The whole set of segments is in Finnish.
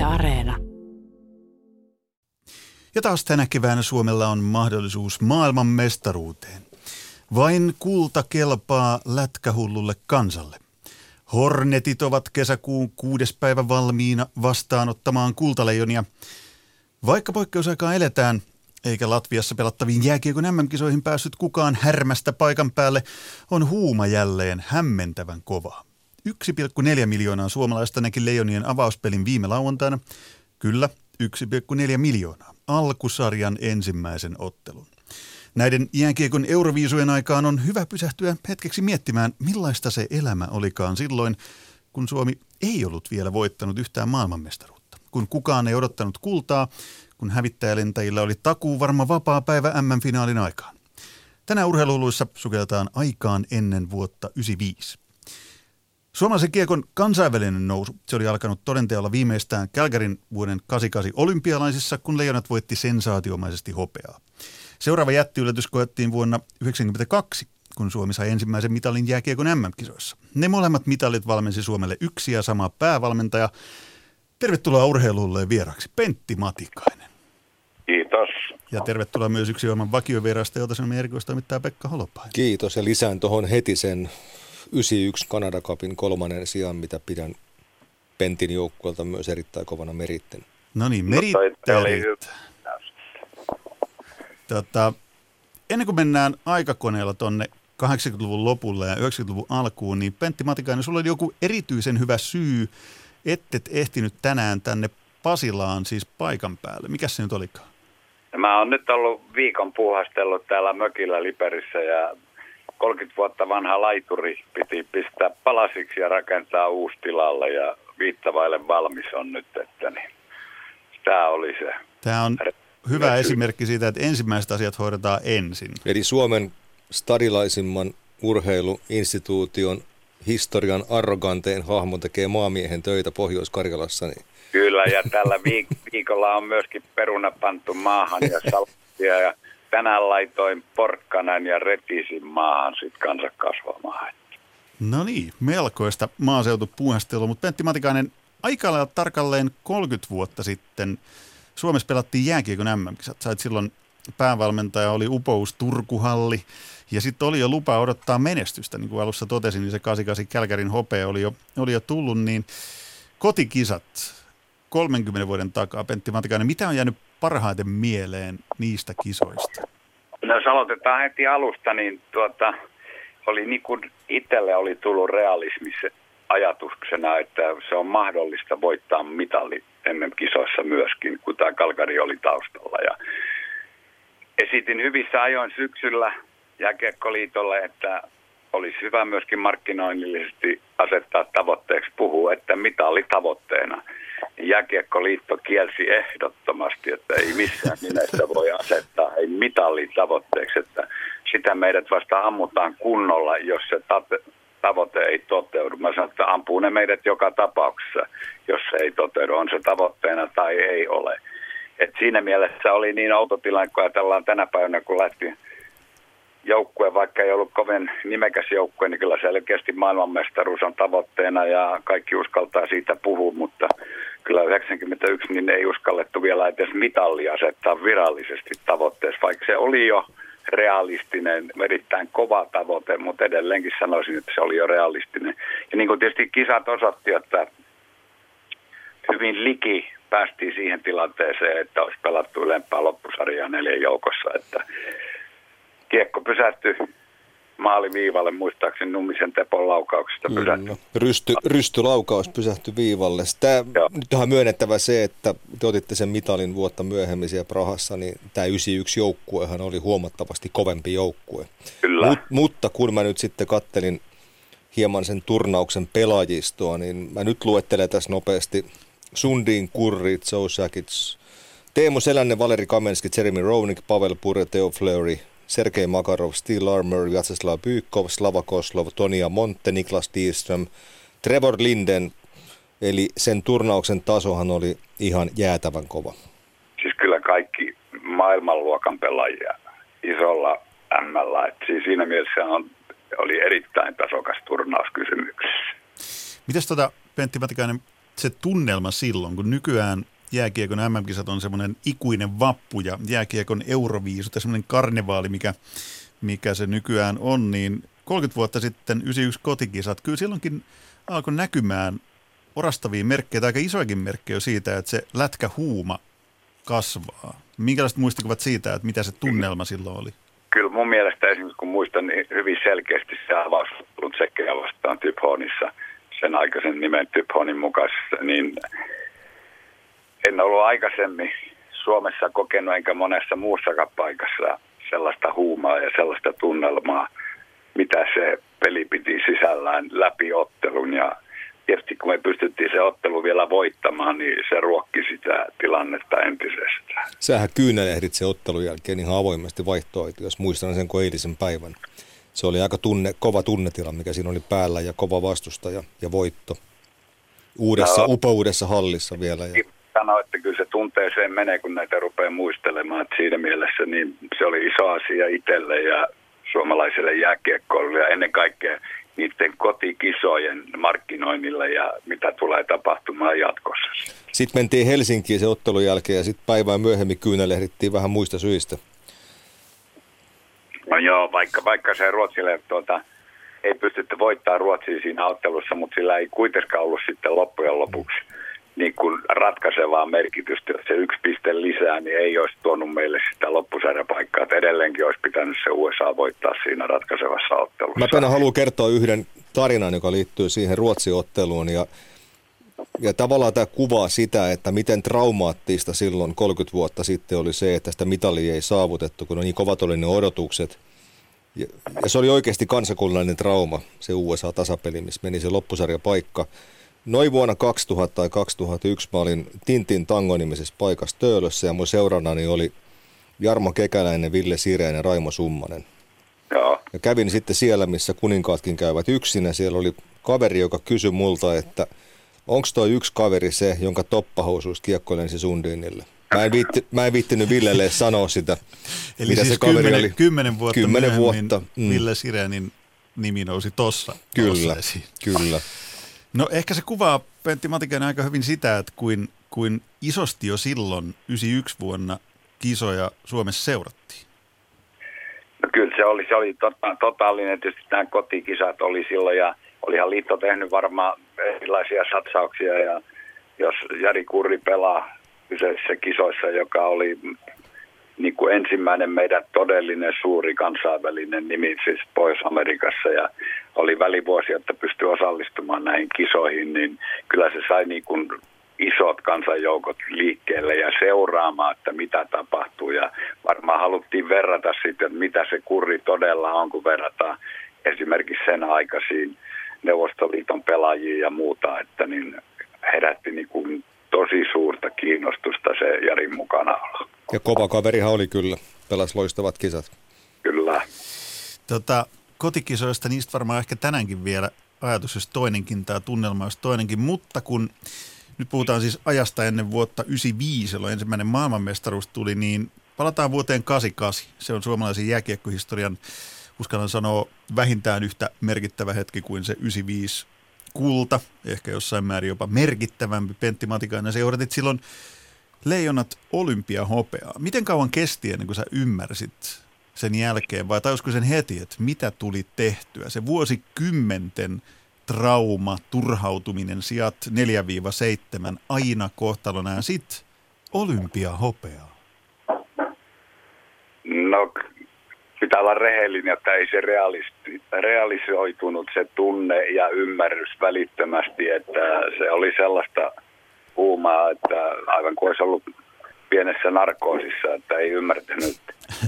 Areena. Ja taas tänä keväänä Suomella on mahdollisuus maailman mestaruuteen. Vain kulta kelpaa lätkähullulle kansalle. Hornetit ovat kesäkuun 6. päivä valmiina vastaanottamaan kultaleijonia. Vaikka poikkeusaikaa eletään, eikä Latviassa pelattaviin jääkiekon MM-kisoihin päässyt kukaan härmästä paikan päälle, on huuma jälleen hämmentävän kovaa. 1,4 miljoonaa suomalaista näki Leijonien avauspelin viime lauantaina. Kyllä, 1,4 miljoonaa. Alkusarjan ensimmäisen ottelun. Näiden jääkiekon euroviisujen aikaan on hyvä pysähtyä hetkeksi miettimään, millaista se elämä olikaan silloin, kun Suomi ei ollut vielä voittanut yhtään maailmanmestaruutta. Kun kukaan ei odottanut kultaa, kun hävittäjälentäjillä oli takuuvarma vapaa päivä MM-finaalin aikaan. Tänään urheiluhulluissa sukeltaan aikaan ennen vuotta 1995. Suomalaisen kiekon kansainvälinen nousu, se oli alkanut todenteolla viimeistään Calgaryn vuoden 88 olympialaisissa, kun Leijonat voitti sensaatiomaisesti hopeaa. Seuraava jättiyllätys koettiin vuonna 1992, kun Suomi sai ensimmäisen mitalin jääkiekon MM-kisoissa. Ne molemmat mitalit valmensi Suomelle yksi ja sama päävalmentaja. Tervetuloa urheilulle vieraaksi Pentti Matikainen. Kiitos. Ja tervetuloa myös yksi ohjelman vakiovierasta, jota sen erikoistoimittaja Pekka Holopainen. Kiitos, ja lisään tuohon heti sen 91 Canada Cupin 3. sijan, mitä pidän Pentin joukkueelta myös erittäin kovana merittänä. No niin, merittää. Ennen kuin mennään aikakoneella tonne 80-luvun lopulle ja 90-luvun alkuun, niin Pentti Matikainen, sulla oli joku erityisen hyvä syy, ettet ehtinyt tänään tänne Pasilaan, siis paikan päälle. Mikäs se nyt olikaan? Mä oon nyt ollut viikon puuhastellut täällä mökillä Liperissä ja 30 vuotta vanha laituri piti pistää palasiksi ja rakentaa uusi tilalle ja viittavaille valmis on nyt, että niin. Tämä oli se. Tämä on hyvä esimerkki siitä, että ensimmäiset asiat hoidetaan ensin. Eli Suomen stadilaisimman urheiluinstituution historian arrogantein hahmo tekee maamiehen töitä Pohjois-Karjalassa. Niin. Kyllä, ja tällä viikolla on myöskin peruna pantu maahan ja salattia, ja tänään laitoin porkkanan ja retisin maahan sitten kanssa kasvamaan. No niin, melkoista maaseutupuuhastelua, mutta Pentti Matikainen, aika lailla tarkalleen 30 vuotta sitten Suomessa pelattiin jääkiekon MM-kisat. Sait silloin päävalmentaja, oli Upous Turkuhalli ja sitten oli jo lupa odottaa menestystä. Niin kuin alussa totesin, niin se 88 Calgaryn hopea oli jo tullut, niin kotikisat 30 vuoden takaa. Pentti Matikainen, mitä on jäänyt parhaiten mieleen niistä kisoista? No jos aloitetaan heti alusta, niin oli niin kuin itselle oli tullut realismissa ajatuksena, että se on mahdollista voittaa mitali MM-kisoissa myöskin, kun tämä Calgary oli taustalla. Ja esitin hyvissä ajoin syksyllä Jääkiekkoliitolle, että olisi hyvä myöskin markkinoinnillisesti asettaa tavoitteeksi puhua, että mitali tavoitteena. Jääkiekkoliitto kielsi ehdottomasti, että ei missään nimessä voi asettaa mitali tavoitteeksi, että sitä meidät vasta ammutaan kunnolla, jos se tavoite ei toteudu. Mä sanon, että ampuu ne meidät joka tapauksessa, jos se ei toteudu, on se tavoitteena tai ei ole. Et siinä mielessä oli niin outo tilanne, kun ajatellaan tänä päivänä, kun lähti joukkue, vaikka ei ollut kovin nimekäs joukkue, niin kyllä selkeästi maailmanmestaruus on tavoitteena ja kaikki uskaltaa siitä puhua, mutta kyllä 91 niin ei uskallettu vielä edes mitallia asettaa virallisesti tavoitteessa, vaikka se oli jo realistinen, erittäin kova tavoite, mutta edelleenkin sanoisin, että se oli jo realistinen. Ja niin kuin tietysti kisat osoitti, että hyvin liki päästiin siihen tilanteeseen, että olisi pelattu ylempää loppusarjaa 4 joukossa, että kiekko pysähtyi maaliviivalle, muistaakseni Nummisen Tepon laukauksesta pysähtyi. Rystylaukaus pysähtyi viivalle. Nyt on myönnettävä se, että te otitte sen mitalin vuotta myöhemmin siellä Prahassa, niin tämä 91 joukkuehan oli huomattavasti kovempi joukkue. Kyllä. Mutta kun mä nyt sitten kattelin hieman sen turnauksen pelaajistoa, niin mä nyt luettelen tässä nopeasti Sundin Kurri, Joe Sakic, Teemu Selänne, Valeri Kamenski, Jeremy Roenick, Pavel Bure, Theo Fleury, Sergei Makarov, Steel Armour, Vyacheslav Bykov, Slava Koslov, Tonia Monte, Niklas Dieström, Trevor Linden. Eli sen turnauksen tasohan oli ihan jäätävän kova. Siis kyllä kaikki maailmanluokan pelaajia isolla M:llä. Siis siinä mielessä oli erittäin tasokas turnaus kysymyksessä. Mitäs Pentti Matikainen, se tunnelma silloin, kun nykyään jääkiekon MM-kisat on semmoinen ikuinen vappu ja jääkiekon euroviisut ja semmoinen karnevaali, mikä se nykyään on, niin 30 vuotta sitten 91 kotikisat, kyllä silloinkin alkoi näkymään orastavia merkkejä, tai aika isoakin merkkejä siitä, että se lätkähuuma kasvaa. Minkälaiset muistikuvat siitä, että mitä se tunnelma silloin oli? Kyllä mun mielestä esimerkiksi, kun muistan niin hyvin selkeästi se avausottelun Tsekkejä vastaan Typhonissa, sen aikaisen nimen Typhonin mukaisesti, niin en ollut aikaisemmin Suomessa kokenut enkä monessa muussakaan paikassa sellaista huumaa ja sellaista tunnelmaa, mitä se peli piti sisällään läpi ottelun. Ja tietysti kun me pystyttiin se ottelu vielä voittamaan, niin se ruokki sitä tilannetta entisestään. Sähän kyynelehdit se ottelun jälkeen ihan avoimesti vaihtoehto, jos muistan sen kuin eilisen päivän. Se oli aika kova tunnetila, mikä siinä oli päällä ja kova vastustaja ja voitto. Upeudessa hallissa vielä. Sanoin, että kyllä se tunteeseen menee, kun näitä rupeaa muistelemaan. Että siinä mielessä niin se oli iso asia itselle ja suomalaiselle jääkiekkoille ja ennen kaikkea niiden kotikisojen markkinoinnille ja mitä tulee tapahtumaan jatkossa. Sitten mentiin Helsinkiin se ottelun jälkeen ja sitten päivää myöhemmin kyynelehdittiin vähän muista syistä. No joo, vaikka se Ruotsille ei pystytty voittamaan Ruotsia siinä ottelussa, mutta sillä ei kuitenkaan ollut sitten loppujen lopuksi niin kuin ratkaisevaa merkitystä. Jos se 1 piste lisää, niin ei olisi tuonut meille sitä loppusarjapaikkaa. Että edelleenkin olisi pitänyt se USA voittaa siinä ratkaisevassa ottelussa. Mä Pena haluan kertoa yhden tarinan, joka liittyy siihen Ruotsin otteluun. Ja tavallaan tämä kuvaa sitä, että miten traumaattista silloin 30 vuotta sitten oli se, että sitä mitalia ei saavutettu, kun on niin kovat oli ne odotukset. Ja se oli oikeasti kansakunnallinen trauma, se USA-tasapeli, missä meni se loppusarjapaikka. Noin vuonna 2000 tai 2001 mä olin Tintin Tango-nimisessä paikassa Töölössä ja mun seurannani oli Jarmo Kekäläinen, Ville Sireinen ja Raimo Summanen. Joo. Ja kävin sitten siellä, missä kuninkaatkin käyvät yksin ja siellä oli kaveri, joka kysyi multa, että onko toi yksi kaveri se, jonka toppahousuista kiekko lensi Sundinille? Mä en viittinyt Villelle sanoa sitä, eli mitä siis se kaveri oli. 10 vuotta 10 myöhemmin vuotta. Ville Sirenin nimi nousi tossa. Kyllä. No ehkä se kuvaa, Pentti Matikainen, aika hyvin sitä, että kuin isosti jo silloin 91 vuonna kisoja Suomessa seurattiin. No kyllä se oli totaalinen, tietysti nämä kotikisat oli silloin ja olihan liitto tehnyt varmaan erilaisia satsauksia ja jos Jari Kurri pelaa kyseisissä kisoissa, joka oli niin kuin ensimmäinen meidän todellinen suuri kansainvälinen nimi siis Pohjois-Amerikassa ja oli välivuosi, että pystyi osallistumaan näihin kisoihin, niin kyllä se sai niin kuin isot kansanjoukot liikkeelle ja seuraamaan, että mitä tapahtuu. Ja varmaan haluttiin verrata sitten, että mitä se Kurri todella on, kun verrataan esimerkiksi sen aikaisiin Neuvostoliiton pelaajiin ja muuta, että niin herätti niin kuin tosi suurta kiinnostusta se Jarin mukanaolo. Ja kova kaverihan oli kyllä, pelasi loistavat kisat. Kyllä. Kotikisoista niistä varmaan ehkä tänäänkin vielä ajatus, jos toinenkin, tämä tunnelma, jos toinenkin, mutta kun nyt puhutaan siis ajasta ennen vuotta 1995, jolloin ensimmäinen maailmanmestaruus tuli, niin palataan vuoteen 1988. Se on suomalaisen jääkiekkohistorian, uskallan sanoa, vähintään yhtä merkittävä hetki kuin se 1995 kulta, ehkä jossain määrin jopa merkittävämpi. Pentti Matikainen, sä johdatit silloin Leijonat olympiahopeaa. Miten kauan kesti ennen kuin sä ymmärsit sen jälkeen, vai tajusko sen heti, että mitä tuli tehtyä? Se vuosikymmenten trauma, turhautuminen, sijat 4-7, aina kohtalona ja sit olympiahopeaa. No, pitää olla rehellinen, että ei se realisoitunut se tunne ja ymmärrys välittömästi, että se oli sellaista huumaa, että aivan kuin olisi ollut pienessä narkoosissa, että ei ymmärtänyt,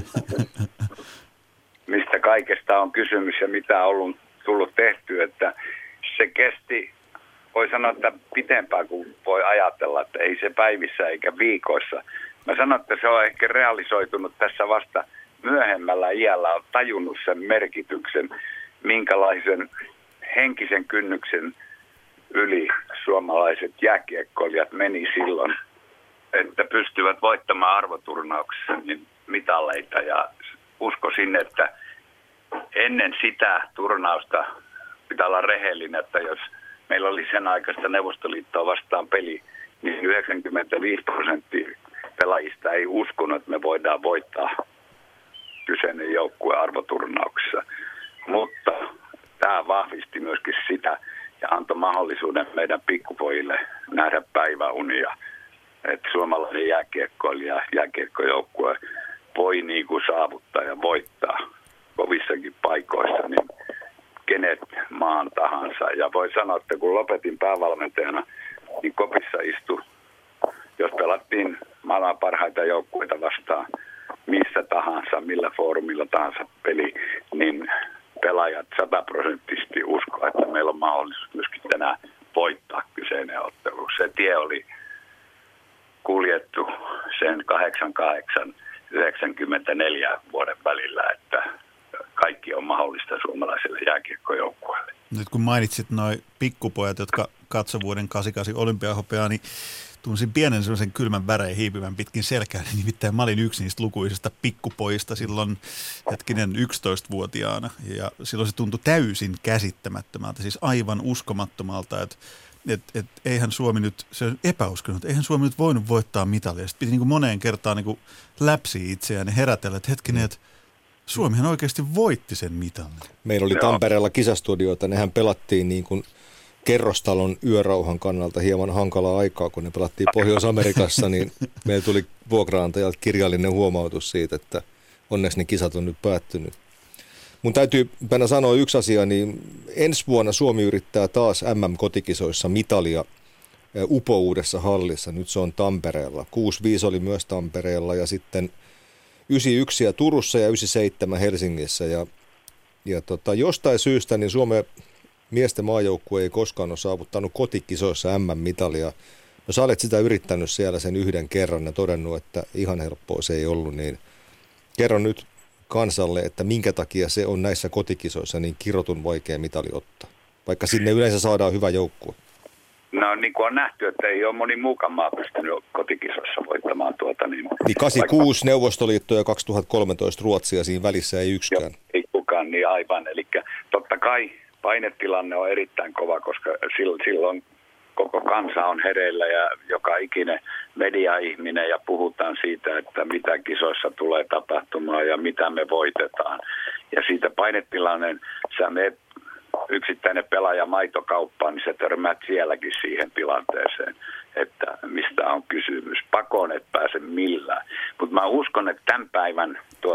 mistä kaikesta on kysymys ja mitä on tullut tehty, että se kesti, voi sanoa, että pitempään kuin voi ajatella, että ei se päivissä eikä viikoissa. Mä sanon, että se on ehkä realisoitunut tässä vasta myöhemmällä iällä, on tajunnut sen merkityksen, minkälaisen henkisen kynnyksen yli suomalaiset jääkiekkoilijat meni silloin, että pystyvät voittamaan arvoturnauksessa niin mitaleita ja uskoisin, että ennen sitä turnausta pitää olla rehellinen, että jos meillä oli sen aikaista Neuvostoliittoa vastaan peli, niin 95% pelaajista ei uskonut, että me voidaan voittaa kyseinen joukkue arvoturnauksessa. Mutta tämä vahvisti myöskin sitä ja antoi mahdollisuuden meidän pikkupojille nähdä päiväunia, että suomalainen jääkiekkoilija, jääkiekkojoukkue voi niin kuin saavuttaa ja voittaa kovissakin paikoissa niin kenet maan tahansa. Ja voi sanoa, että kun lopetin päävalmentajana, niin kopissa istui, jos pelattiin maailman parhaita joukkueita vastaan missä tahansa, millä foorumilla tahansa peli, niin pelaajat 100% uskoo, että meillä on mahdollisuus myöskin tänään voittaa kyseinen ottelu. Se tie oli kuljettu sen 88-94 vuoden välillä, että kaikki on mahdollista suomalaiselle jääkiekkojoukkueelle. Nyt kun mainitsit noi pikkupojat, jotka katsoi vuoden 88 olympiahopeaa, niin tunsin pienen sellaisen kylmän väreen hiipivän pitkin selkään. Nimittäin mä olin yksi niistä lukuisista pikkupojista silloin 11-vuotiaana. Ja silloin se tuntui täysin käsittämättömältä, siis aivan uskomattomalta, että eihän Suomi nyt, se on epäuskonut, eihän Suomi nyt voinut voittaa mitalia. Sitten piti niin kuin moneen kertaan niin kuin läpsiä itseään ja herätellä, että hetkinen, että Suomihan oikeasti voitti sen mitalin. Meillä oli Tampereella kisastudioita, nehän pelattiin niin kuin kerrostalon yörauhan kannalta hieman hankalaa aikaa, kun ne pelattiin Pohjois-Amerikassa, niin meillä tuli vuokraantajalta kirjallinen huomautus siitä, että onneksi ne kisat on nyt päättynyt. Mun täytyy Penä sanoa yksi asia, niin ensi vuonna Suomi yrittää taas MM-kotikisoissa mitalia upouudessa hallissa. Nyt se on Tampereella. 65 oli myös Tampereella ja sitten 91 ja Turussa ja 97 Helsingissä. Ja jostain syystä niin Suomen miesten maajoukkue ei koskaan ole saavuttanut kotikisoissa MM-mitalia. No sä olet sitä yrittänyt siellä sen yhden kerran ja todennut, että ihan helppoa se ei ollut, niin kerro nyt kansalle, että minkä takia se on näissä kotikisoissa niin kirotun vaikea mitali ottaa, vaikka sinne yleensä saadaan hyvä joukkue. No niin kuin on nähty, että ei ole moni muukaan maa pystynyt kotikisoissa voittamaan tuota. Niin 86 Neuvostoliitto ja 2013 Ruotsia siinä välissä ei yksikään. Ei kukaan, niin aivan. Eli totta kai painetilanne on erittäin kova, koska silloin koko kansa on hereillä ja joka ikinen mediaihminen ja puhutaan siitä, että mitä kisoissa tulee tapahtumaan ja mitä me voitetaan. Ja siitä painetilanne, sä menet yksittäinen pelaaja maitokauppaan, niin sä törmäät sielläkin siihen tilanteeseen, että mistä on kysymys. Pakoon et pääse millään. Mutta mä uskon, että tämän päivän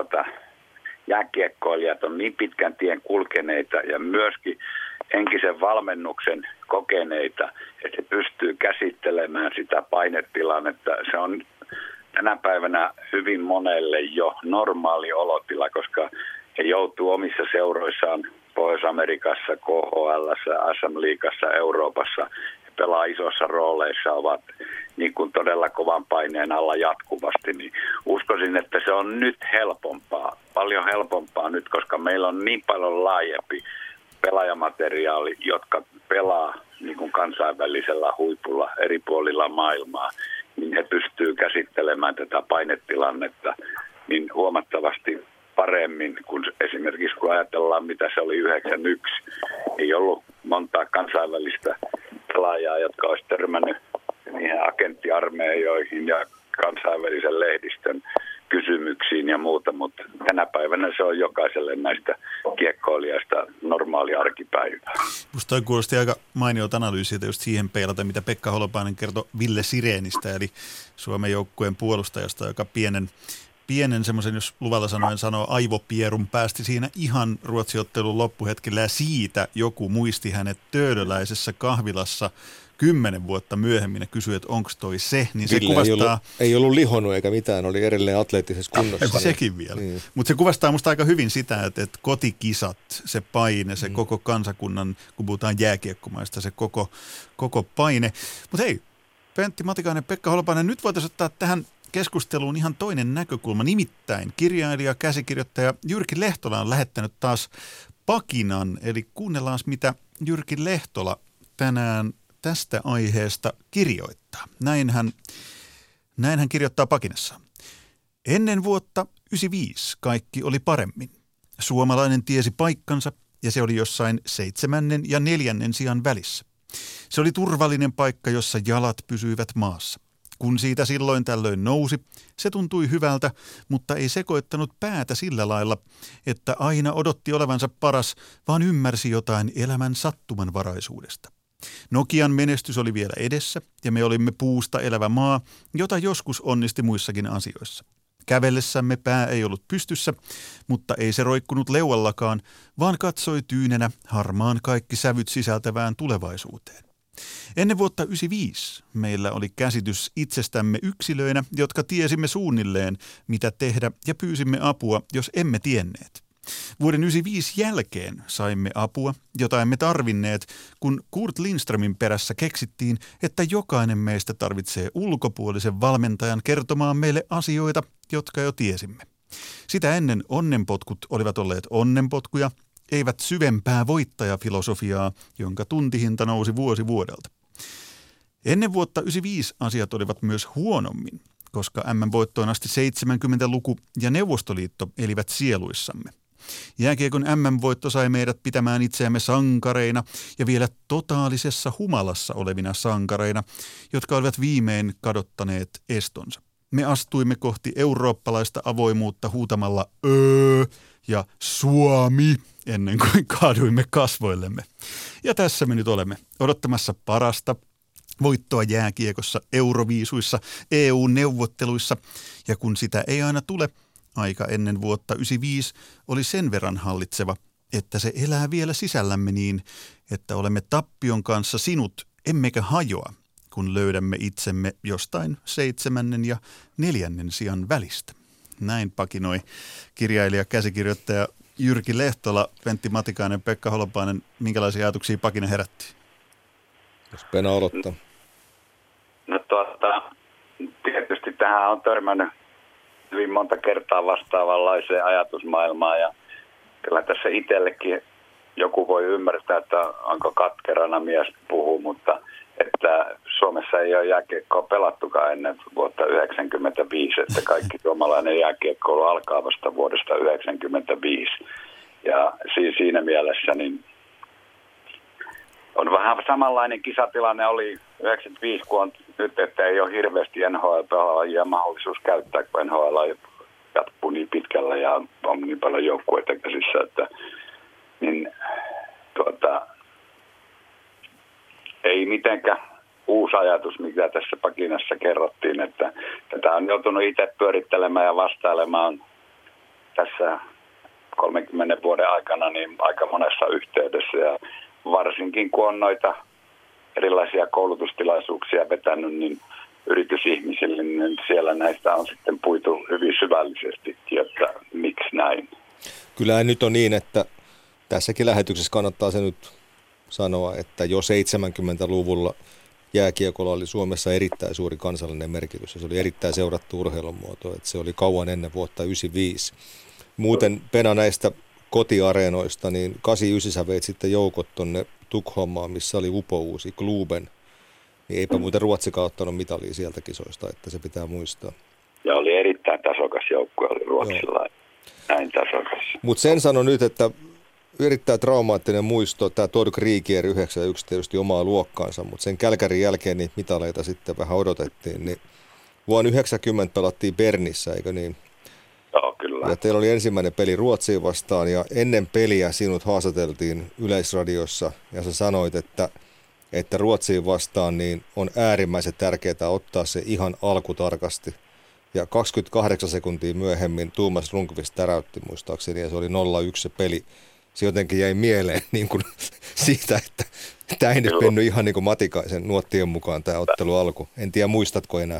jääkiekkoilijat on niin pitkän tien kulkeneita ja myöskin henkisen valmennuksen kokeneita, että he pystyy käsittelemään sitä painetilannetta. Se on tänä päivänä hyvin monelle jo normaali olotila, koska he joutuu omissa seuroissaan Pohjois-Amerikassa, KHL:ssä, SM-liigassa, Euroopassa ja pelaa isossa rooleissa, ovat niin kuin todella kovan paineen alla jatkuvasti. Niin uskoisin, että se on nyt helpompaa, paljon helpompaa nyt, koska meillä on niin paljon laajempi pelaajamateriaali, jotka pelaa niin kuin kansainvälisellä huipulla eri puolilla maailmaa, niin he pystyy käsittelemään tätä painetilannetta niin huomattavasti paremmin kuin esimerkiksi kun ajatellaan, mitä se oli 91. Ei ollut montaa kansainvälistä pelaajaa, jotka olisi törmännyt niihin agenttiarmeijoihin ja kansainvälisen lehdistön kysymyksiin ja muuta, mutta tänä päivänä se on jokaiselle näistä kiekkoilijasta normaali arkipäivä. Musta toi kuulosti aika mainiolta analyysiä just siihen peilata, mitä Pekka Holopainen kertoi Ville Sirenistä, eli Suomen joukkueen puolustajasta, joka pienen semmoisen, jos luvalla sanoen sanoo, aivopierun päästi siinä ihan Ruotsi-ottelun loppuhetkellä ja siitä joku muisti hänet Töölöläisessä kahvilassa 10 vuotta myöhemmin ja kysyi, että onko toi se, niin se kuvastaa... Ei ollut lihonut eikä mitään, oli edelleen atleettisessa kunnossa. Sekin vielä. Niin. Mutta se kuvastaa musta aika hyvin sitä, että kotikisat, se paine, se koko kansakunnan, kun puhutaan jääkiekkomaista, se koko paine. Mutta hei, Pentti Matikainen, Pekka Holopainen, nyt voitaisiin ottaa tähän keskusteluun ihan toinen näkökulma. Nimittäin kirjailija, käsikirjoittaja Jyrki Lehtola on lähettänyt taas pakinan, eli kuunnellaan mitä Jyrki Lehtola tänään tästä aiheesta kirjoittaa. Näin hän kirjoittaa pakinassa. Ennen vuotta 1995 kaikki oli paremmin. Suomalainen tiesi paikkansa ja se oli jossain 7. ja 4. sijan välissä. Se oli turvallinen paikka, jossa jalat pysyivät maassa. Kun siitä silloin tällöin nousi, se tuntui hyvältä, mutta ei sekoittanut päätä sillä lailla, että aina odotti olevansa paras, vaan ymmärsi jotain elämän sattumanvaraisuudesta. Nokian menestys oli vielä edessä ja me olimme puusta elävä maa, jota joskus onnisti muissakin asioissa. Kävellessämme pää ei ollut pystyssä, mutta ei se roikkunut leuallakaan, vaan katsoi tyynenä harmaan kaikki sävyt sisältävään tulevaisuuteen. Ennen vuotta 1995 meillä oli käsitys itsestämme yksilöinä, jotka tiesimme suunnilleen, mitä tehdä ja pyysimme apua, jos emme tienneet. Vuoden 1995 jälkeen saimme apua, jota emme tarvinneet, kun Kurt Lindströmin perässä keksittiin, että jokainen meistä tarvitsee ulkopuolisen valmentajan kertomaan meille asioita, jotka jo tiesimme. Sitä ennen onnenpotkut olivat olleet onnenpotkuja, eivät syvempää voittajafilosofiaa, jonka tuntihinta nousi vuosi vuodelta. Ennen vuotta 1995 asiat olivat myös huonommin, koska MM-voittoon asti 70-luku ja Neuvostoliitto elivät sieluissamme. Jääkiekon MM-voitto sai meidät pitämään itseämme sankareina ja vielä totaalisessa humalassa olevina sankareina, jotka olivat viimein kadottaneet estonsa. Me astuimme kohti eurooppalaista avoimuutta huutamalla ja Suomi ennen kuin kaaduimme kasvoillemme. Ja tässä me nyt olemme odottamassa parasta voittoa jääkiekossa, euroviisuissa, EU-neuvotteluissa ja kun sitä ei aina tule, aika ennen vuotta 1995 oli sen verran hallitseva, että se elää vielä sisällämme niin, että olemme tappion kanssa sinut, emmekä hajoa, kun löydämme itsemme jostain 7. ja 4. sijan välistä. Näin pakinoi kirjailija, käsikirjoittaja Jyrki Lehtola, Pentti Matikainen, Pekka Holopainen. Minkälaisia ajatuksia pakina herätti? Jos Pena aloittaa. No tietysti tähän on törmännyt hyvin monta kertaa vastaavanlaiseen ajatusmaailmaan ja kyllä tässä itsellekin joku voi ymmärtää, että onko katkerana mies puhuu, mutta että Suomessa ei ole jääkiekkoa pelattukaan ennen vuotta 1995, että kaikki suomalainen jääkiekko alkaa vasta vuodesta 1995. Ja siinä mielessä niin on vähän samanlainen kisatilanne oli 1995, kun on nyt, että ei ole hirveästi NHL-pelaajia mahdollisuus käyttää, kun NHL jatkuu niin pitkällä ja on niin paljon joukkueita käsissä, että niin, ei mitenkään uusi ajatus, mikä tässä pakinassa kerrottiin, että tätä on joutunut itse pyörittelemään ja vastailemaan tässä 30 vuoden aikana niin aika monessa yhteydessä ja varsinkin kun on noita erilaisia koulutustilaisuuksia vetänyt niin yritysihmisille, niin siellä näistä on sitten puitu hyvin syvällisesti, että miksi näin. Kyllähän nyt on niin, että tässäkin lähetyksessä kannattaa se nyt sanoa, että jo 70-luvulla jääkiekolla oli Suomessa erittäin suuri kansallinen merkitys ja se oli erittäin seurattu urheilumuoto, että se oli kauan ennen vuotta 1995. Muuten Pena näistä kotiareenoista, niin 89 sä veit sitten joukot tonne Tukholmaan, missä oli upouusi Kluben, niin eipä muuten Ruotsikaan ottanut mitalia sieltä kisoista, että se pitää muistaa. Ja oli erittäin tasokas joukkue, oli Ruotsilla, näin tasokas. Mutta sen sanon nyt, että erittäin traumaattinen muisto, tämä Todd Krieger 91 tietysti omaa luokkaansa, mutta sen Kälkärin jälkeen niitä mitaleita sitten vähän odotettiin, niin vuonna 90 pelattiin Bernissä, eikö niin? Joo, kyllä. Ja teillä oli ensimmäinen peli Ruotsiin vastaan ja ennen peliä sinut haastateltiin Yleisradiossa ja sä sanoit, että Ruotsiin vastaan niin on äärimmäisen tärkeää ottaa se ihan alkutarkasti. Ja 28 sekuntia myöhemmin Thomas Lundqvist täräytti muistaakseni ja se oli 0-1 se peli. Se jotenkin jäi mieleen niin kuin siitä, että tämä ei nyt mennyt ihan niin kuin Matikaisen nuottien mukaan tämä ottelu alku. En tiedä, muistatko enää?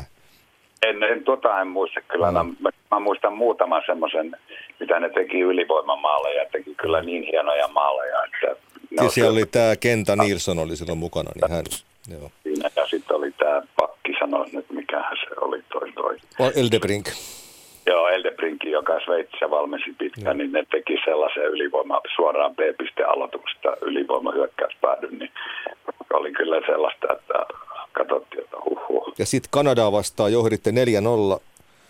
En muista kyllä. Mä muistan muutaman semmoisen, mitä ne teki ylivoimamaaleja. Teki kyllä niin hienoja maaleja. Että siellä oli tämä Kenta Nilsson oli silloin mukana. Niin hän, joo. Siinä, ja sitten oli tämä pakki, sanois nyt mikähän se oli toi. Eldebrink. Joo, Eldebrink, joka Sveitsissä valmensi pitkään, niin ne teki sellaisen suoraan B-piste-aloituksesta ylivoimahyökkäyspäädyn, niin oli kyllä sellaista, että katsottiin, että Ja sitten Kanadaa vastaan johditte 4-0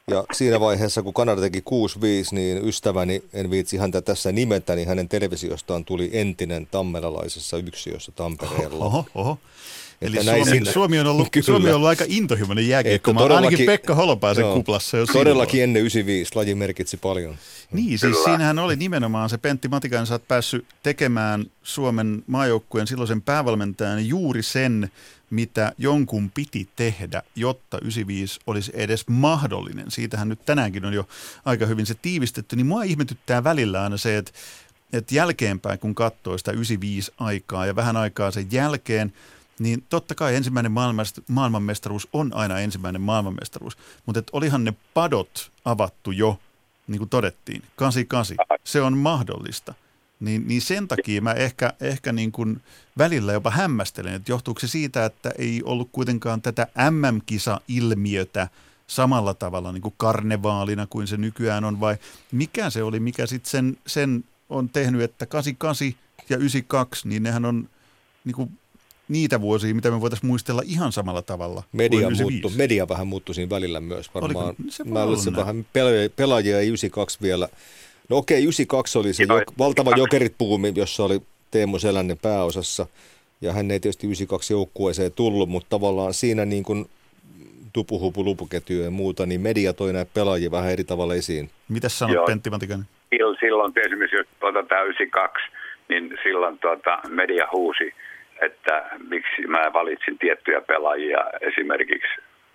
Ja siinä vaiheessa, kun Kanada teki 6-5, niin ystäväni, en viitsi häntä tässä nimetä, niin hänen televisiostaan tuli entinen tammeralaisessa yksiössä Tampereella. Oho. Eli Suomi on ollut aika intohimoinen jääkiekko. Ainakin Pekka Holopaisen kuplassa jo todellakin ennen 95 laji merkitsi paljon. Niin, siis siinähän oli nimenomaan se Pentti Matikainen, sä oot päässyt tekemään Suomen maajoukkueen silloisen päävalmentajan juuri sen, mitä jonkun piti tehdä, jotta 95 olisi edes mahdollinen. Siitähän nyt tänäänkin on jo aika hyvin se tiivistetty, niin mua ihmetyttää välillä aina se, että jälkeenpäin kun katsoo sitä 95 aikaa ja vähän aikaa sen jälkeen, niin totta kai ensimmäinen maailmanmestaruus on aina ensimmäinen maailmanmestaruus, mutta olihan ne padot avattu jo, niin kuin todettiin, 88. Se on mahdollista. Niin sen takia mä ehkä niin kuin välillä jopa hämmästelen, että johtuuko se siitä, että ei ollut kuitenkaan tätä MM-kisa-ilmiötä samalla tavalla niin kuin karnevaalina kuin se nykyään on, vai mikä se oli, mikä sitten sen on tehnyt, että 88 ja 92, niin nehän on niin kuin niitä vuosia, mitä me voitaisiin muistella ihan samalla tavalla Media vähän muuttui siinä välillä myös varmaan. Mä olisin vähän pelaajia 92 vielä. No okei, 92 oli se valtava jokerit-puumi, jossa oli Teemu Selänne pääosassa. Ja hän ei tietysti 92 joukkueeseen tullut, mutta tavallaan siinä niin kuin tupuhupu, lupuketju ja muuta, niin media toi näitä pelaajia vähän eri tavalla esiin. Mitäs sanot, Pentti Matikainen? Silloin esimerkiksi, jos otetaan 92, niin silloin media huusi, että miksi mä valitsin tiettyjä pelaajia, esimerkiksi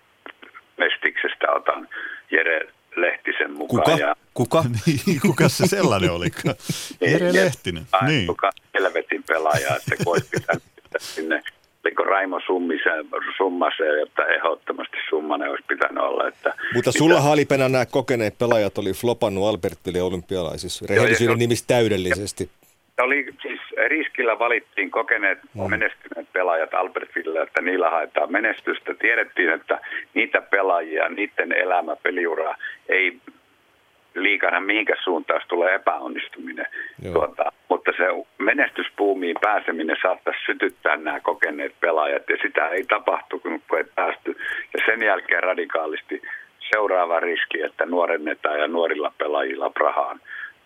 Mestiksestä otan Jere Lehtisen mukaan. Kuka? Kuka se sellainen olikaan? Jere Lehtinen. Niin. Kuka helvetin pelaaja, että voisi pitää sinne. Oliko Raimo Summaseen, jotta ehdottomasti Summanen olisi pitänyt olla. Mutta sulla halipena nämä kokeneet pelaajat oli flopannut Albertville olympialaisissa. Rehellisyyden nimissä täydellisesti. Oli siis riskillä valittiin kokeneet menestyneet pelaajat Albertville, että niillä haetaan menestystä. Tiedettiin, että niitä pelaajia, niiden elämä, peliura ei liikana mihinkä suuntaan tulee epäonnistuminen. Mutta se menestyspuumiin pääseminen saattaisi sytyttää nämä kokeneet pelaajat ja sitä ei tapahtu, kun ei päästy. Ja sen jälkeen radikaalisti seuraava riski, että nuorennetaan ja nuorilla pelaajilla prahaan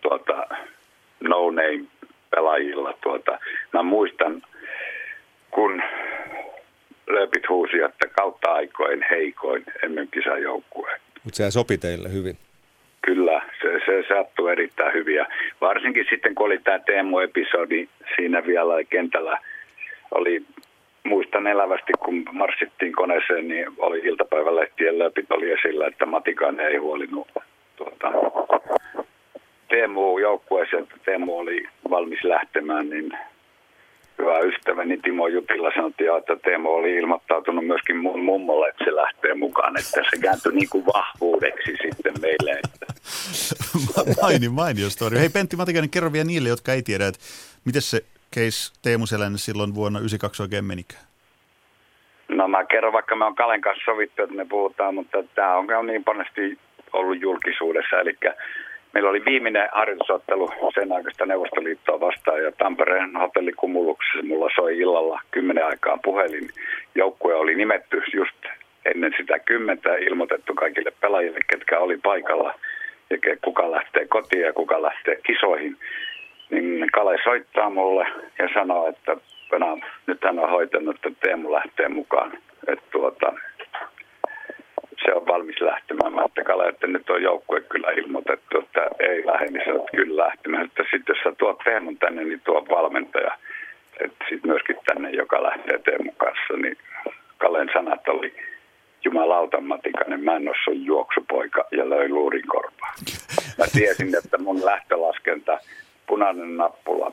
no-name pelaajilla. Mä muistan, kun lööpit huusi, että kautta aikoin heikoin MM-kisajoukkue. Mutta sehän sopi teille hyvin. Kyllä, se sattui erittäin hyviä. Varsinkin sitten, kun oli tämä Teemu-episodi siinä vielä kentällä, muistan elävästi, kun marssittiin koneeseen, niin oli iltapäivälehtien lööpit oli esillä, että Matikainen ei huolinut Teemu-joukkueeseen, että Teemu oli valmis lähtemään, niin hyvä ystäväni Timo Jutila sanottiin, että Teemu oli ilmoittautunut myöskin mun mummolle, että se lähtee mukaan, että se kääntyi niin kuin vahvuudeksi sitten meille. Että. Mainio story. Hei Pentti Matikainen, kerro vielä niille, jotka ei tiedä, että miten se case Teemu Selänne silloin vuonna 1992 oikein menikään? No mä kerron, vaikka me on Kalen kanssa sovittu, että me puhutaan, mutta tämä on niin monesti ollut julkisuudessa, eli meillä oli viimeinen harjoitusottelu sen aikaista Neuvostoliittoa vastaan ja Tampereen hotellikumuluksessa mulla soi illalla 10 aikaan puhelin. Joukkue oli nimetty just ennen sitä 10 ilmoitettu kaikille pelaajille, ketkä oli paikalla ja kuka lähtee kotiin ja kuka lähtee kisoihin. Niin Kale soittaa mulle ja sanoo, että nyt hän on hoitanut, että Teemu lähtee mukaan. Että se on valmis lähtemään. Mä ajattelin, että nyt on joukkue kyllä ilmoitettu, että ei lähde, niin sanot kyllä lähtemään. Että sitten jos sä tuot Teemun tänne, niin tuo valmentaja. Että sitten myöskin tänne, joka lähtee Teemun kanssa, niin Kalen sanat oli jumalauta Matikainen, mä en ole sun juoksupoika ja löi luurin korpaan. Mä tiesin, että mun lähtölaskenta, punainen nappula,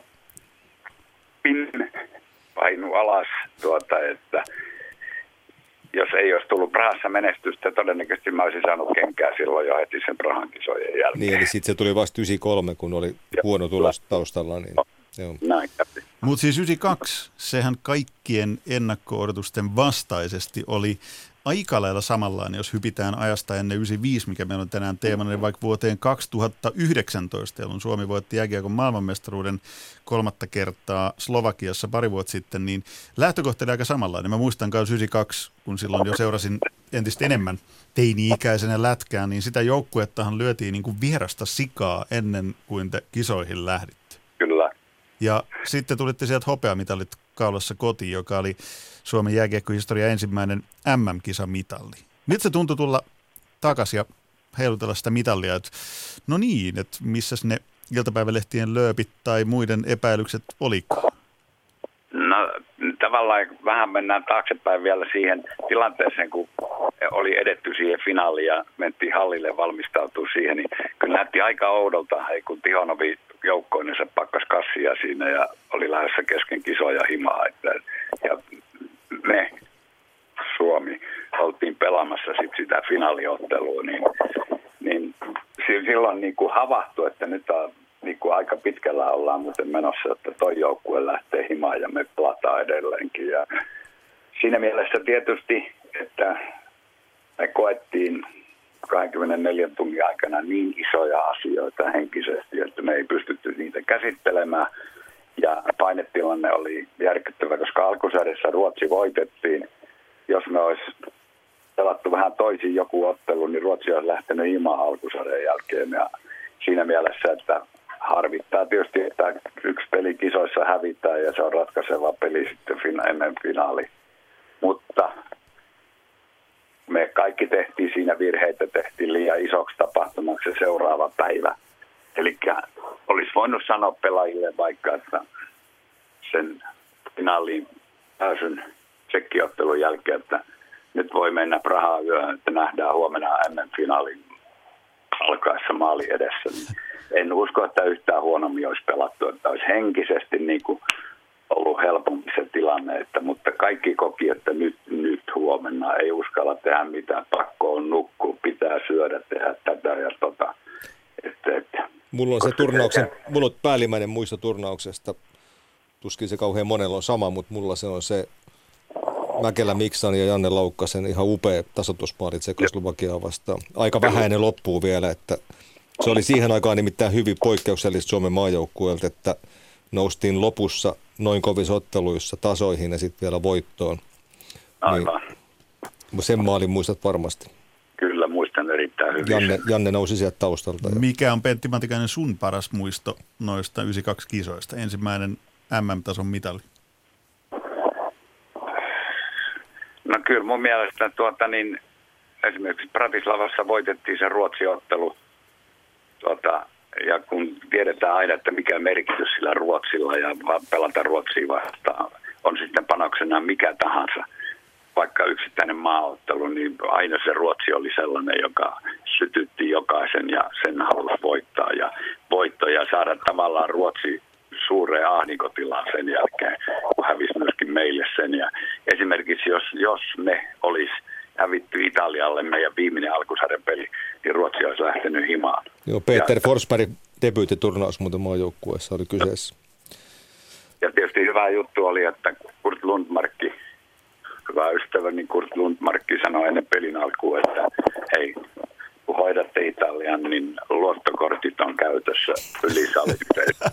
painu alas, että jos ei olisi tullut Prahassa menestystä, todennäköisesti mä olisin saanut kenkää silloin jo heti sen Prahan kisojen jälkeen. Niin, eli sitten se tuli vasta 93, kun oli huono tulos taustalla. Niin, näin kävi. Mutta siis 92, sehän kaikkien ennakko-odotusten vastaisesti oli aika lailla samanlainen, jos hypitään ajasta ennen 95, mikä meillä on tänään teemana, niin vaikka vuoteen 2019, jolloin Suomi voitti jääkiekon maailmanmestaruuden 3. kertaa Slovakiassa pari vuotta sitten, niin lähtökohta oli aika samanlainen. Mä muistan myös 92, kun silloin jo seurasin entistä enemmän teini-ikäisenä lätkään, niin sitä joukkuettahan lyötiin niin kuin vierasta sikaa ennen kuin te kisoihin lähditte. Kyllä. Ja sitten tulitte sieltä hopeamitalit kaulassa kotiin, joka oli Suomen jääkiekkohistorian ensimmäinen MM-kisamitalli. Miltä se tuntui tulla takaisin ja heilutella sitä mitallia, että no niin, että missäs ne iltapäivälehtien lööpit tai muiden epäilykset olikaan? No tavallaan vähän mennään taaksepäin vielä siihen tilanteeseen, kun oli edetty siihen finaaliin ja mentiin hallille valmistautua siihen, niin kyllä näytti aika oudolta, kun Tihonovi joukkoinensa pakkas kassia siinä ja oli lähdössä kesken kisoja himaa. Ja me, Suomi, oltiin pelaamassa sitä finaaliottelua, niin silloin niin kuin havahtui, että nyt on niin kuin aika pitkällä ollaan muuten menossa, että toi joukkue lähtee himaan ja me pelataan edelleenkin. Ja siinä mielessä tietysti, että me koettiin 24 tunnin aikana niin isoja asioita henkisesti, että me ei pystytty niitä käsittelemään. Ja painetilanne oli järkyttävä, koska alkusarjassa Ruotsi voitettiin. Jos me olisi pelattu vähän toisin joku ottelu, niin Ruotsi olisi lähtenyt himaan alkusarjan jälkeen. Ja siinä mielessä, että harvittaa tietysti, että yksi peli kisoissa hävitään ja se on ratkaiseva peli sitten ennen finaali. Mutta me kaikki tehtiin siinä virheitä, tehtiin liian isoksi tapahtumaksi se seuraava päivä. Eli olisi voinut sanoa pelaajille vaikka, että sen finaaliin pääsyn tsekkiottelun jälkeen, että nyt voi mennä Prahaan yöhön, että nähdään huomenna MM-finaalin alkaessa maali edessä. En usko, että yhtään huonommin olisi pelattu, että olisi henkisesti niin kuin ollut helpompi se tilanne, mutta kaikki koki, että nyt huomenna ei uskalla tehdä mitään, pakko on nukkua, pitää syödä, tehdä tätä ja tota. Mulla on päällimmäinen muisto turnauksesta, tuskin se kauhean monella on sama, mutta mulla se on se Mäkelä Miksan ja Janne Laukkasen ihan upea tasoitusmaali Tšekoslovakiaa vastaan. Aika vähäinen loppuu vielä, että se oli siihen aikaan nimittäin hyvin poikkeuksellista Suomen maajoukkueelta, että noustiin lopussa noin kovissa otteluissa tasoihin ja sitten vielä voittoon. Aivan. Niin, sen maalin muistat varmasti. Kyllä, muistan erittäin hyvin. Janne nousi sieltä taustalta. Mikä on Pentti Matikainen sun paras muisto noista 92 kisoista? Ensimmäinen MM-tason mitali. No kyllä mun mielestä esimerkiksi Bratislavassa voitettiin se Ruotsi-ottelu. Ja kun tiedetään aina, että mikä merkitys sillä Ruotsilla ja pelata Ruotsia vastaan on sitten panoksena mikä tahansa, vaikka yksittäinen maaottelu, niin aina se Ruotsi oli sellainen, joka sytytti jokaisen ja sen halusi voittaa ja saada tavallaan Ruotsi suureen ahdinkotilaan sen jälkeen, kun hävisi myöskin meille sen. Ja esimerkiksi jos me olisi hävitty Italialle meidän viimeinen alkusarjan peli, niin Ruotsi olisi lähtenyt himaan. Joo, Peter Forsbergin debyytiturnaus muuten maajoukkueessa oli kyseessä. Ja tietysti hyvä juttu oli, että Kurt Lundmarkki, hyvä ystäväni Kurt Lundmarkki sanoi ennen pelin alkuun, että hei, kun hoidatte Italian, niin luottokortit on käytössä yli salitteita.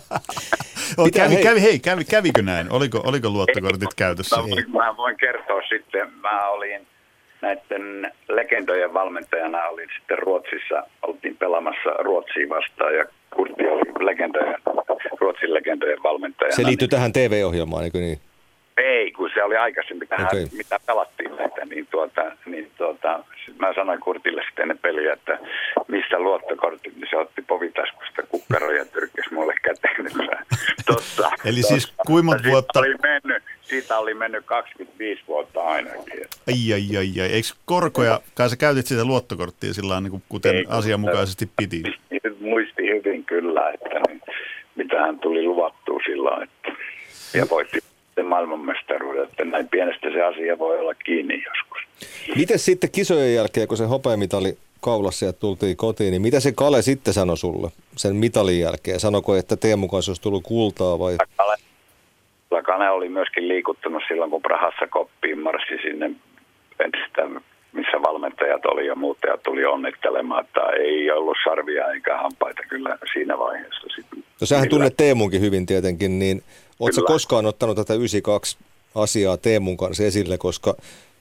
Kävikö näin? Oliko luottokortit käytössä? Mä voin kertoa sitten, mä olin näiden legendojen valmentajana, olin sitten Ruotsissa, oltiin pelaamassa Ruotsia vastaan ja Kurtti oli Ruotsin legendojen valmentajana. Se liittyy tähän TV-ohjelmaan, eikö niin? Ei, kun se oli aikaisemmin tähän, mitä pelattiin näitä, niin mä sanoin Kurtille sitten ennen peliä, että mistä luottokortit, niin se otti povitaskusta kukkaroja ja tyrkkäsi mulle käteen. Eli siis kuinka vuotta? Siitä oli mennyt 25 vuotta ainakin. Ai. Eikö korkoja, kai sä käytit sitä luottokorttia sillä niin kuten asianmukaisesti piti? Muisti hyvin kyllä, että mitähän tuli luvattua silloin, ja voitti maailmanmestaruuden, että näin pienestä se asia voi olla kiinni joskus. Miten sitten kisojen jälkeen, kun se hopeamitali kaulassa ja tultiin kotiin, niin mitä se Kale sitten sanoi sulle sen mitalin jälkeen? Sanoiko, että Teemu kanssa olisi tullut kultaa vai? Kale oli myöskin liikuttunut silloin, kun Prahassa koppiin marssi sinne entistä, missä valmentajat oli ja muut ja tuli onnittelemaan, että ei ollut sarvia eikä hampaita kyllä siinä vaiheessa. No sähän tunnet Teemunkin hyvin tietenkin, niin ootko koskaan ottanut tätä 92 asiaa Teemun kanssa esille, koska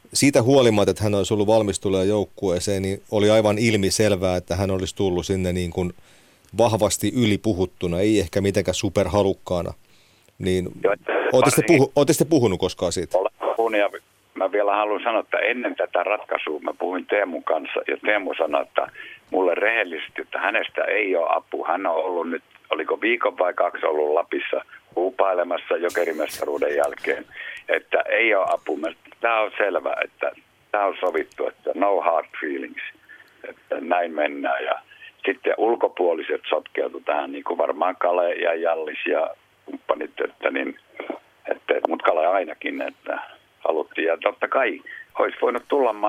siitä huolimatta, että hän olisi ollut valmis tulemaan joukkueeseen, niin oli aivan ilmiselvää, että hän olisi tullut sinne niin kuin vahvasti ylipuhuttuna, ei ehkä mitenkään superhalukkaana. Niin, ootte te puhunut koskaan siitä? Olen puhunut, ja mä vielä haluan sanoa, että ennen tätä ratkaisua mä puhuin Teemun kanssa, ja Teemu sanoi, että mulle rehellisesti, että hänestä ei ole apua. Hän on ollut nyt, oliko viikon vai 2 ollut Lapissa huupailemassa jokerimestaruuden jälkeen, että ei ole apua. Tämä on selvä, että tämä on sovittu, että no hard feelings, että näin mennään. Ja sitten ulkopuoliset sotkeutu tähän, niin kuin varmaan Kale ja Jallis ja kumppanit, mutta Kale ainakin, että haluttiin. Ja totta kai olisi voinut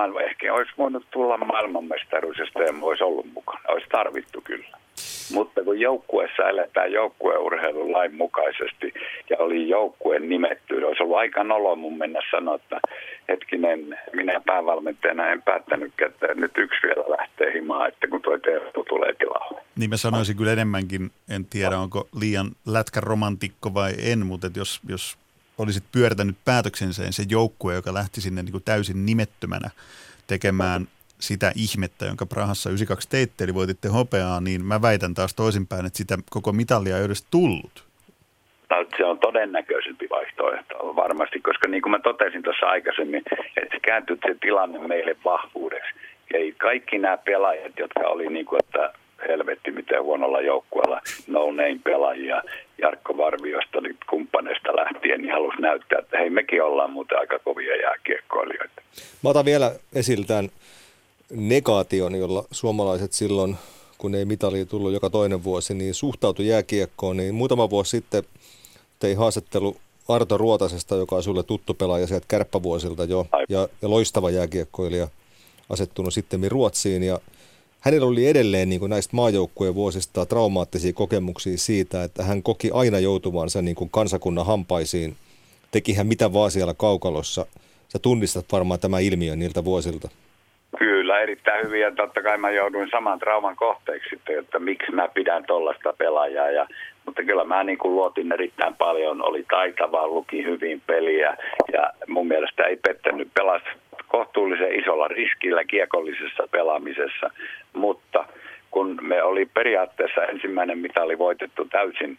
tulla maailmanmestaruus, jos Teemu olisi ollut mukana. Olisi tarvittu kyllä. Mutta kun joukkueessa eletään joukkueurheilun lain mukaisesti ja oli joukkueen nimetty, olisi ollut aika nolo mun mennä sanoa, että hetkinen, minä päävalmentajana en päättänytkään, että nyt yksi vielä lähtee himaan, että kun tuo Teemu tulee tilalle. Niin mä sanoisin kyllä enemmänkin, en tiedä onko liian lätkäromantikko vai en, mutta että jos olisit pyörtänyt päätöksensä se joukkue, joka lähti sinne niin kuin täysin nimettömänä tekemään sitä ihmettä, jonka Prahassa 92 teitte, eli voititte hopeaa, niin mä väitän taas toisinpäin, että sitä koko mitalia ei edes tullut. No, se on todennäköisempi vaihtoehto varmasti, koska niin kuin mä totesin tuossa aikaisemmin, että se kääntyi se tilanne meille vahvuudeksi. Ja kaikki nämä pelaajat, jotka oli niin kuin, että helvetti miten huonolla joukkueella no-name pelaajia, Jarkko Varviosta niin kumppaneista lähtien, niin halusi näyttää, että hei, mekin ollaan muuten aika kovia jääkiekkoilijoita. Mä otan vielä esille tämän negaation, jolla suomalaiset silloin, kun ei mitalia tullut joka toinen vuosi, niin suhtautui jääkiekkoon. Niin muutama vuosi sitten tein haastattelu Arto Ruotasesta, joka on sulle tuttu pelaaja sieltä kärppävuosilta jo, ja loistava jääkiekkoilija, asettunut sitten Ruotsiin. Ja hänellä oli edelleen niin kuin näistä maajoukkueen vuosista traumaattisia kokemuksia siitä, että hän koki aina joutuvansa niin kuin kansakunnan hampaisiin. Teki hän mitä vaan siellä kaukalossa. Sä tunnistat varmaan tämän ilmiön niiltä vuosilta. Kyllä, erittäin hyvin, ja totta kai mä jouduin saman trauman kohteeksi sitten, että miksi mä pidän tollaista pelaajaa. Mutta kyllä mä niin kuin luotin erittäin paljon, oli taitavaa, luki hyvin peliä, ja mun mielestä ei pettänyt, pelasi kohtuullisen isolla riskillä kiekollisessa pelaamisessa, mutta kun me oli periaatteessa ensimmäinen mitali voitettu täysin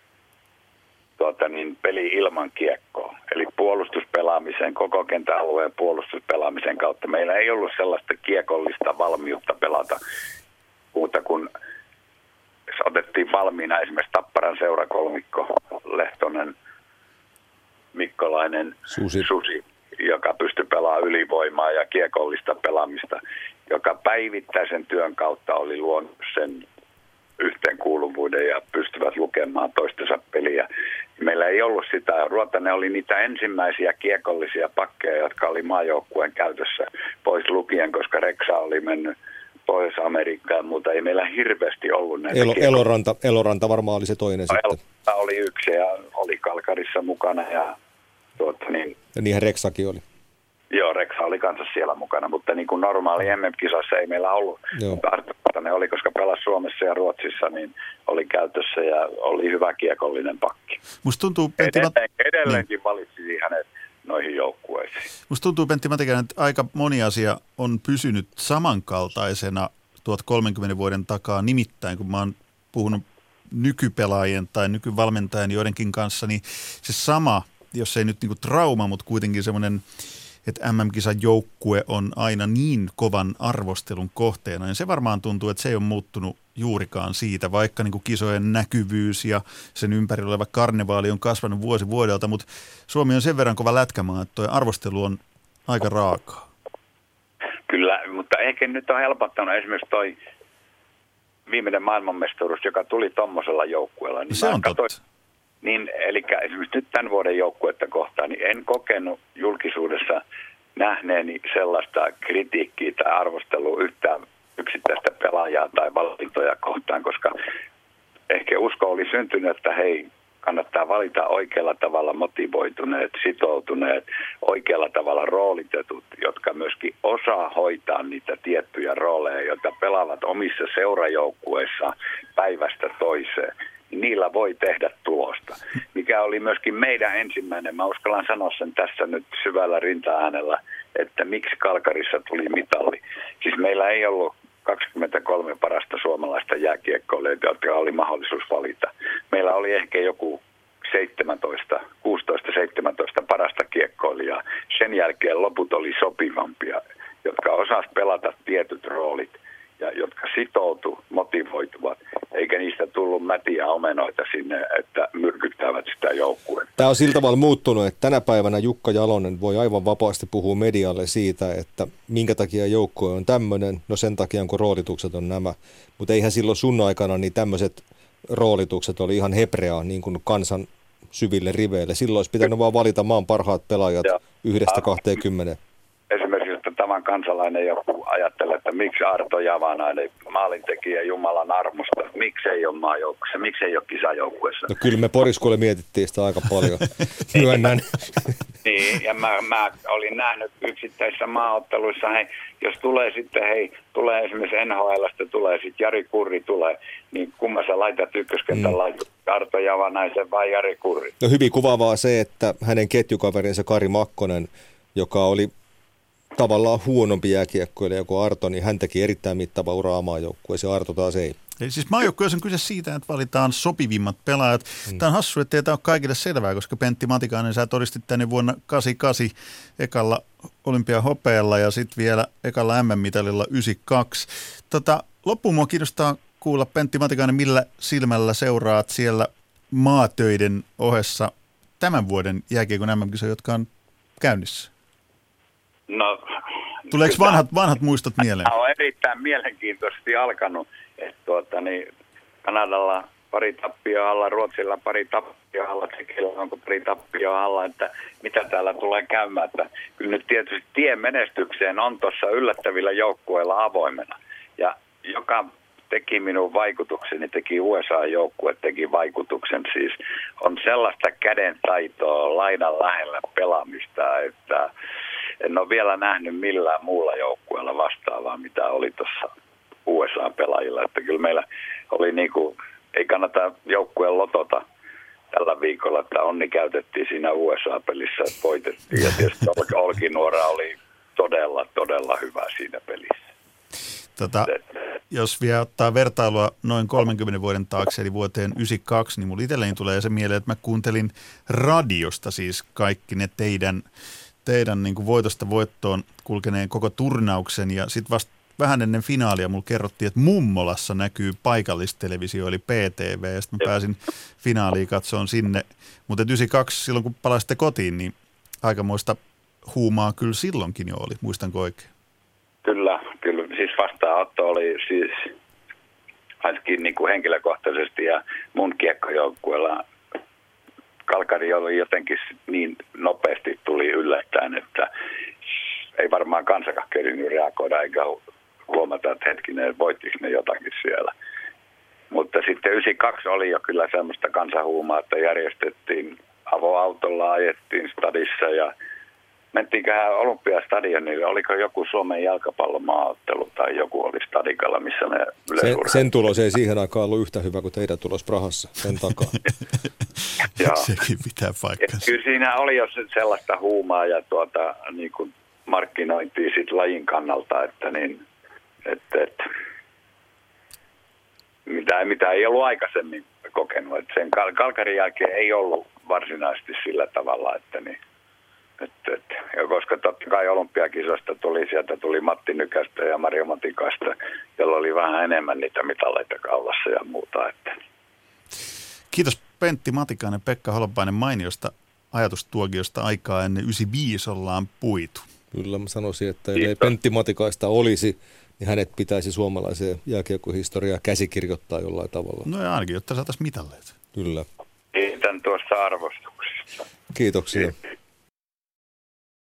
peli ilman kiekkoa, eli puolustuspelaamisen, koko kentän alueen puolustuspelaamisen kautta. Meillä ei ollut sellaista kiekollista valmiutta pelata, muuta kuin otettiin valmiina esimerkiksi Tapparan seurakolmikko, Lehtonen, Mikkolainen, Susi, joka pystyi pelaamaan ylivoimaa ja kiekollista pelaamista, joka päivittäisen työn kautta oli luonut sen yhteenkuuluvuuden ja pystyvät lukemaan toistensa peliä. Meillä ei ollut sitä. Ruotanen oli niitä ensimmäisiä kiekollisia pakkeja, jotka oli maajoukkueen käytössä pois lukien, koska Reksa oli mennyt Pohjois-Amerikkaan, mutta ei meillä hirveästi ollut näitä Eloranta varmaan oli se toinen sitten. Eloranta oli yksi ja oli Kalkarissa mukana. Ja niinhän Reksakin oli. Joo, Reksa oli kanssa siellä mukana, mutta niin kuin normaali MM-kisassa ei meillä ollut. Ne oli, koska pelasi Suomessa ja Ruotsissa, niin oli käytössä ja oli hyvä kiekollinen pakki. Musta tuntuu, edelleenkin valitsisi hänet noihin joukkueisiin. Musta tuntuu, Pentti Matikainen, että aika moni asia on pysynyt samankaltaisena 30 vuoden takaa. Nimittäin, kun mä oon puhunut nykypelaajien tai nykyvalmentajan joidenkin kanssa, niin se sama, jos ei nyt niinku trauma, mutta kuitenkin semmoinen, että MM-kisan joukkue on aina niin kovan arvostelun kohteena, niin se varmaan tuntuu, että se ei ole muuttunut juurikaan siitä, vaikka niin kuin kisojen näkyvyys ja sen ympärillä oleva karnevaali on kasvanut vuosi vuodelta, mutta Suomi on sen verran kova lätkämaa, että tuo arvostelu on aika raakaa. Kyllä, mutta ehkä nyt on helpottanut esimerkiksi toi viimeinen maailmanmestaruus, joka tuli tommosella joukkueella. Niin se on totta. Niin, eli esimerkiksi nyt tämän vuoden joukkuetta kohtaan, niin en kokenut julkisuudessa nähneeni sellaista kritiikkiä tai arvostelua yhtään yksittäistä pelaajaa tai valintoja kohtaan, koska ehkä usko oli syntynyt, että hei, kannattaa valita oikealla tavalla motivoituneet, sitoutuneet, oikealla tavalla roolitetut, jotka myöskin osaa hoitaa niitä tiettyjä rooleja, joita pelaavat omissa seurajoukkueissaan päivästä toiseen. Niillä voi tehdä tulosta, mikä oli myöskin meidän ensimmäinen, mä uskallan sanoa sen tässä nyt syvällä rinta-äänellä, että miksi Kalkarissa tuli mitalli. Siis meillä ei ollut 23 parasta suomalaista jääkiekkoilijaa, jotka oli mahdollisuus valita. Meillä oli ehkä joku 16-17 parasta kiekkoilijaa. Sen jälkeen loput oli sopivampia, jotka osasivat pelata tietyt roolit ja jotka sitoutuivat, motivoituvat, eikä niistä tullut mätiä omenoita sinne, että myrkyttävät sitä joukkuetta. Tämä on sillä tavalla muuttunut, että tänä päivänä Jukka Jalonen voi aivan vapaasti puhua medialle siitä, että minkä takia joukkue on tämmöinen, no sen takia kun roolitukset on nämä, mutta eihän silloin sun aikana niin tämmöiset roolitukset oli ihan hebreaa niin kuin kansan syville riveille. Silloin olisi pitänyt vaan valita maan parhaat pelaajat 1-20. Esimerkiksi, että tavan kansalainen joku ajattelee, että miksi Arto Javanainen, maalintekijä Jumalan armosta, miksi ei ole maajoukkueessa, miksi ei ole kisajoukkueessa. No kyllä me Poriskulle mietittiin sitä aika paljon, myönnän. Niin, ja mä olin nähnyt yksittäisissä maaotteluissa, jos tulee sitten, tulee esimerkiksi NHL:stä, tulee sitten Jari Kurri tulee, niin kumman sä laitat ykköskentän laitat, Arto Javanaisen vai Jari Kurri? No hyvin kuvaavaa se, että hänen ketjukaverinsa Kari Makkonen, joka oli tavallaan huonompi jääkiekkoilija kuin Arto, niin hän teki erittäin mittava uraa maajoukkueeseen, Arto taas ei. Eli siis maajoukkueessa on kyse siitä, että valitaan sopivimmat pelaajat. Tämä on hassu, ettei tämä ole kaikille selvää, koska Pentti Matikainen, sä todistit tänne vuonna 1988 ekalla olympiahopealla ja sitten vielä ekalla MM-mitalilla 1992. Loppuun mua kiinnostaa kuulla, Pentti Matikainen, millä silmällä seuraat siellä maatöiden ohessa tämän vuoden jääkiekon MM-kisoja, jotka on käynnissä? No, tuleeko vanhat muistot mieleen? Tämä on erittäin mielenkiintoisesti alkanut. Kanadalla pari tappioa alla, Ruotsilla pari tappioa alla, Tsekillä onko pari tappioa alla, että mitä täällä tulee käymään. Että kyllä nyt tietysti tie menestykseen on tuossa yllättävillä joukkueilla avoimena. Ja joka teki minun vaikutukseni, teki USA-joukkue, teki vaikutuksen. Siis on sellaista kädentaitoa laidan lähellä pelaamista, että en ole vielä nähnyt millään muulla joukkueella vastaavaa, mitä oli tuossa USA-pelaajilla. Että kyllä meillä oli ei kannata joukkueen lotota tällä viikolla, että onni käytettiin siinä USA-pelissä, että voitettiin. Ja tietysti Olkinuora oli todella, todella hyvä siinä pelissä. Jos vielä ottaa vertailua noin 30 vuoden taakse, eli vuoteen 1992, niin mulla itselleni tulee se mieleen, että mä kuuntelin radiosta siis kaikki ne teidän niin kuin voitosta voittoon kulkeneen koko turnauksen, ja sitten vasta vähän ennen finaalia mulla kerrottiin, että Mummolassa näkyy paikallistelevisio, eli PTV, ja sitten mä pääsin finaaliin katsomaan sinne. Mutta 1992, silloin kun palasitte kotiin, niin aikamoista huumaa kyllä silloinkin jo oli, muistanko oikein? Kyllä. Siis vastaanotto oli siis ainakin niin kuin henkilökohtaisesti ja mun kiekkojoukkueella Kalkari oli jotenkin niin nopeasti tuli yllättäen, että ei varmaan kansakaan kerinyt reagoida eikä huomata, että hetkinen, voittiko ne jotakin siellä. Mutta sitten 92 oli jo kyllä semmoista kansanhuumaa, että järjestettiin avoautolla, ajettiin stadissa ja mentiinköhän Olympiastadionille, oliko joku Suomen jalkapallomaaottelu tai joku oli stadikalla, missä me yleisurheilu. Sen tulos ei siihen aikaan ollut yhtä hyvä kuin teidän tulos Prahassa, sen takaa. Sekin pitää paikkansa. Kyllä siinä oli jo sellaista huumaa ja niin kuin markkinointia sit lajin kannalta, että mitä ei ollut aikaisemmin kokenut. Että sen Kalkarin jälkeen ei ollut varsinaisesti sillä tavalla, että ja koska totta kai olympiakisosta sieltä tuli Matti Nykästä ja Mario Matikasta, jolla oli vähän enemmän niitä mitaleita kaulassa ja muuta. Kiitos Pentti Matikainen, Pekka Holopainen mainiosta ajatustuokiosta. Aikaa ennen 95 ollaan puitu. Kyllä mä sanoisin, että ei Pentti Matikaista olisi, niin hänet pitäisi suomalaiseen jääkiekkohistoriaan käsikirjoittaa jollain tavalla. No ja ainakin, jotta saataisiin mitalleita. Kyllä. Kiitän tuosta arvostuksesta. Kiitoksia.